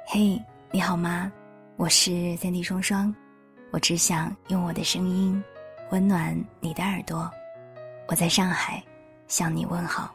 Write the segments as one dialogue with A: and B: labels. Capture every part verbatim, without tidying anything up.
A: 嘿，你好吗？我是三 D 双双，我只想用我的声音温暖你的耳朵。我在上海向你问好。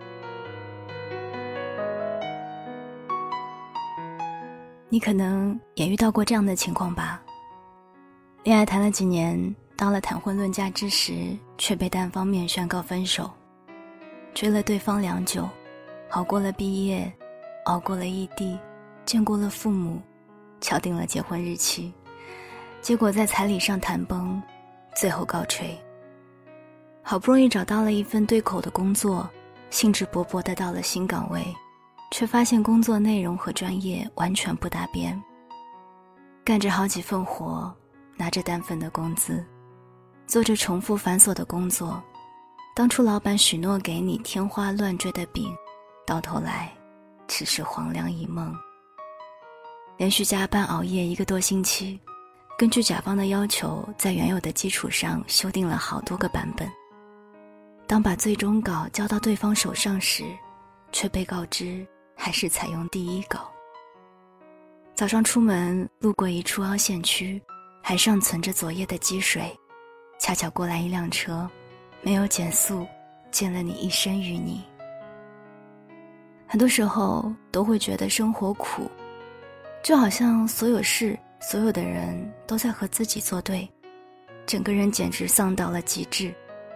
A: 你可能也遇到过这样的情况吧？恋爱谈了几年，到了谈婚论嫁之时，却被单方面宣告分手。追了对方良久，熬过了毕业，熬过了异地，见过了父母，敲定了结婚日期，结果在彩礼上谈崩，最后告吹。好不容易找到了一份对口的工作，兴致勃勃地到了新岗位，却发现工作内容和专业完全不搭边。干着好几份活，拿着单份的工资，做着重复繁琐的工作，当初老板许诺给你天花乱坠的饼，到头来只是黄粱一梦。连续加班熬夜一个多星期，根据甲方的要求，在原有的基础上修订了好多个版本。当把最终稿交到对方手上时，却被告知还是采用第一稿。早上出门路过一处凹陷区，还尚存着昨夜的积水，恰巧过来一辆车，没有减速，溅了你一身淤泥。很多时候都会觉得生活苦，就好像所有事所有的人都在和自己作对，整个人简直丧到了极致。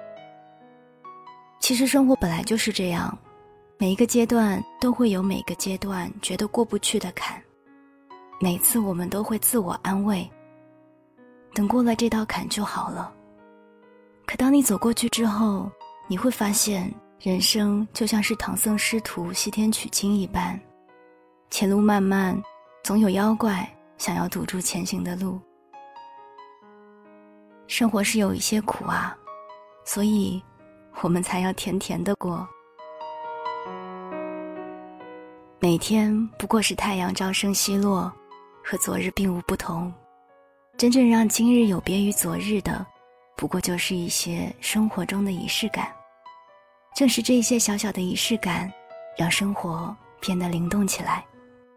A: 其实生活本来就是这样，每一个阶段都会有每个阶段觉得过不去的坎，每次我们都会自我安慰，等过了这道坎就好了。可当你走过去之后，你会发现人生就像是唐僧师徒西天取经一般，前路漫漫，总有妖怪想要堵住前行的路。生活是有一些苦啊，所以我们才要甜甜的过。每天不过是太阳朝升夕落，和昨日并无不同。真正让今日有别于昨日的，不过就是一些生活中的仪式感。正是这一些小小的仪式感，让生活变得灵动起来。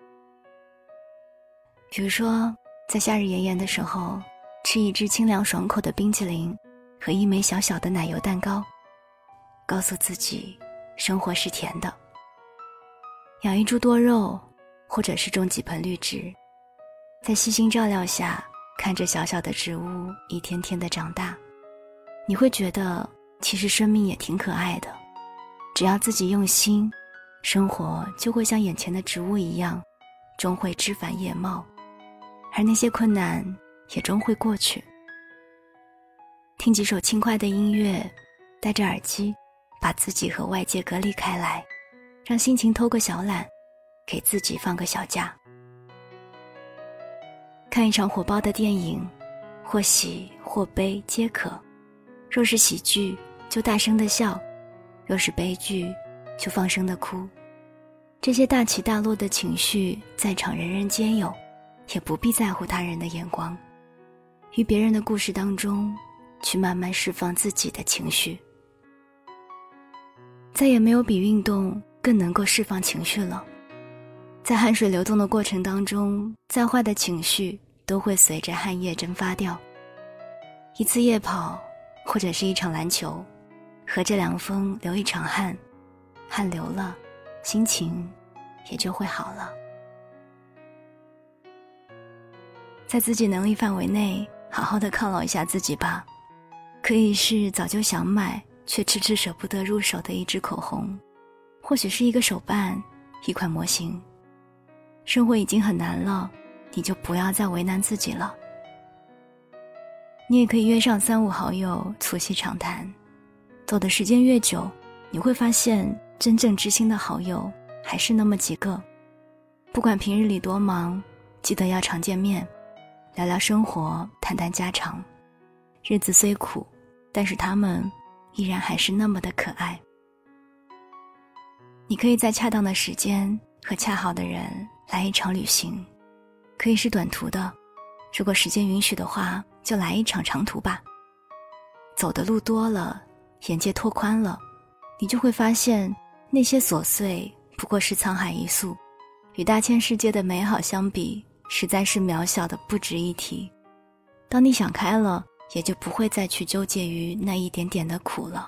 A: 比如说，在夏日炎炎的时候，吃一只清凉爽口的冰淇淋和一枚小小的奶油蛋糕，告诉自己生活是甜的。养一株多肉，或者是种几盆绿植，在细心照料下，看着小小的植物一天天的长大，你会觉得其实生命也挺可爱的。只要自己用心，生活就会像眼前的植物一样，终会枝繁叶茂，而那些困难也终会过去。听几首轻快的音乐，戴着耳机，把自己和外界隔离开来，让心情偷个小懒，给自己放个小假。看一场火爆的电影，或喜或悲皆可。若是喜剧，就大声地笑；若是悲剧，就放声地哭。这些大起大落的情绪，在场人人皆有，也不必在乎他人的眼光。于别人的故事当中，去慢慢释放自己的情绪。再也没有比运动更能够释放情绪了。在汗水流动的过程当中，再坏的情绪都会随着汗液蒸发掉。一次夜跑，或者是一场篮球，和着凉风流一场汗，汗流了，心情也就会好了。在自己能力范围内，好好的犒劳一下自己吧。可以是早就想买却迟迟舍不得入手的一支口红，或许是一个手办，一款模型。生活已经很难了，你就不要再为难自己了。你也可以约上三五好友促膝长谈，走的时间越久，你会发现真正知心的好友还是那么几个。不管平日里多忙，记得要常见面，聊聊生活，谈谈家常。日子虽苦，但是他们依然还是那么的可爱。你可以在恰当的时间和恰好的人来一场旅行，可以是短途的，如果时间允许的话，就来一场长途吧。走的路多了，眼界拓宽了，你就会发现那些琐碎不过是沧海一粟， 与大千世界的美好相比，实在是渺小的不值一提。当你想开了，也就不会再去纠结于那一点点的苦了。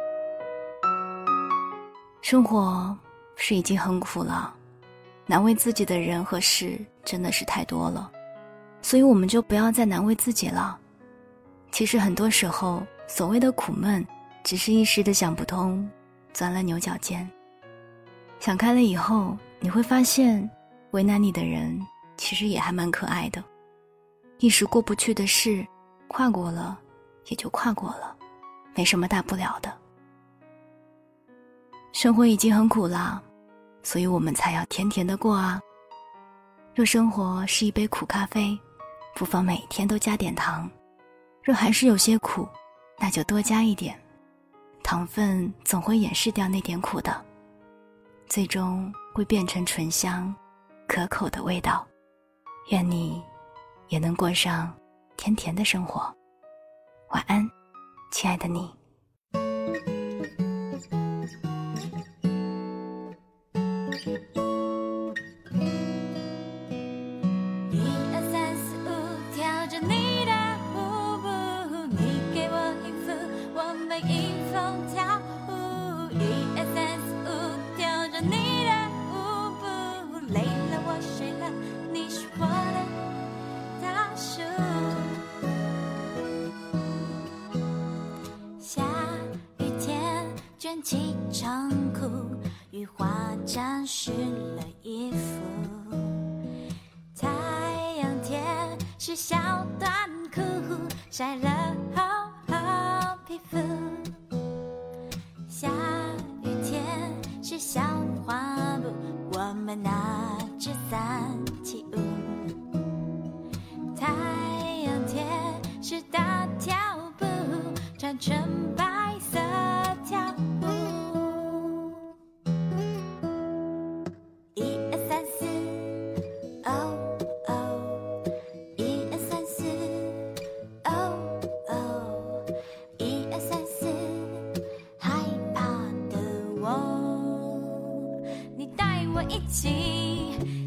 A: 生活是已经很苦了，难为自己的人和事真的是太多了，所以我们就不要再难为自己了。其实很多时候，所谓的苦闷，只是一时的想不通，钻了牛角尖。想开了以后，你会发现，为难你的人其实也还蛮可爱的。一时过不去的事，跨过了也就跨过了，没什么大不了的。生活已经很苦了，所以我们才要甜甜的过啊。若生活是一杯苦咖啡，不妨每天都加点糖。若还是有些苦，那就多加一点，糖分总会掩饰掉那点苦的，最终会变成醇香可口的味道。愿你也能过上甜甜的生活。晚安，亲爱的你。
B: 一二三四五，跳着你的舞步，你给我音符，我们迎风跳舞。一二三四五，跳着你的舞步，累了我睡了，你是我的大树。下雨天卷起长裤，雨花沾湿了衣服。太阳天是小短裤，晒了厚厚皮肤。下雨天是小花布，我们拿着伞起舞。太阳天是大跳步，穿成白色跳舞。一二三四，哦哦，一二三四，哦哦，一二三四，害怕的我，你带我一起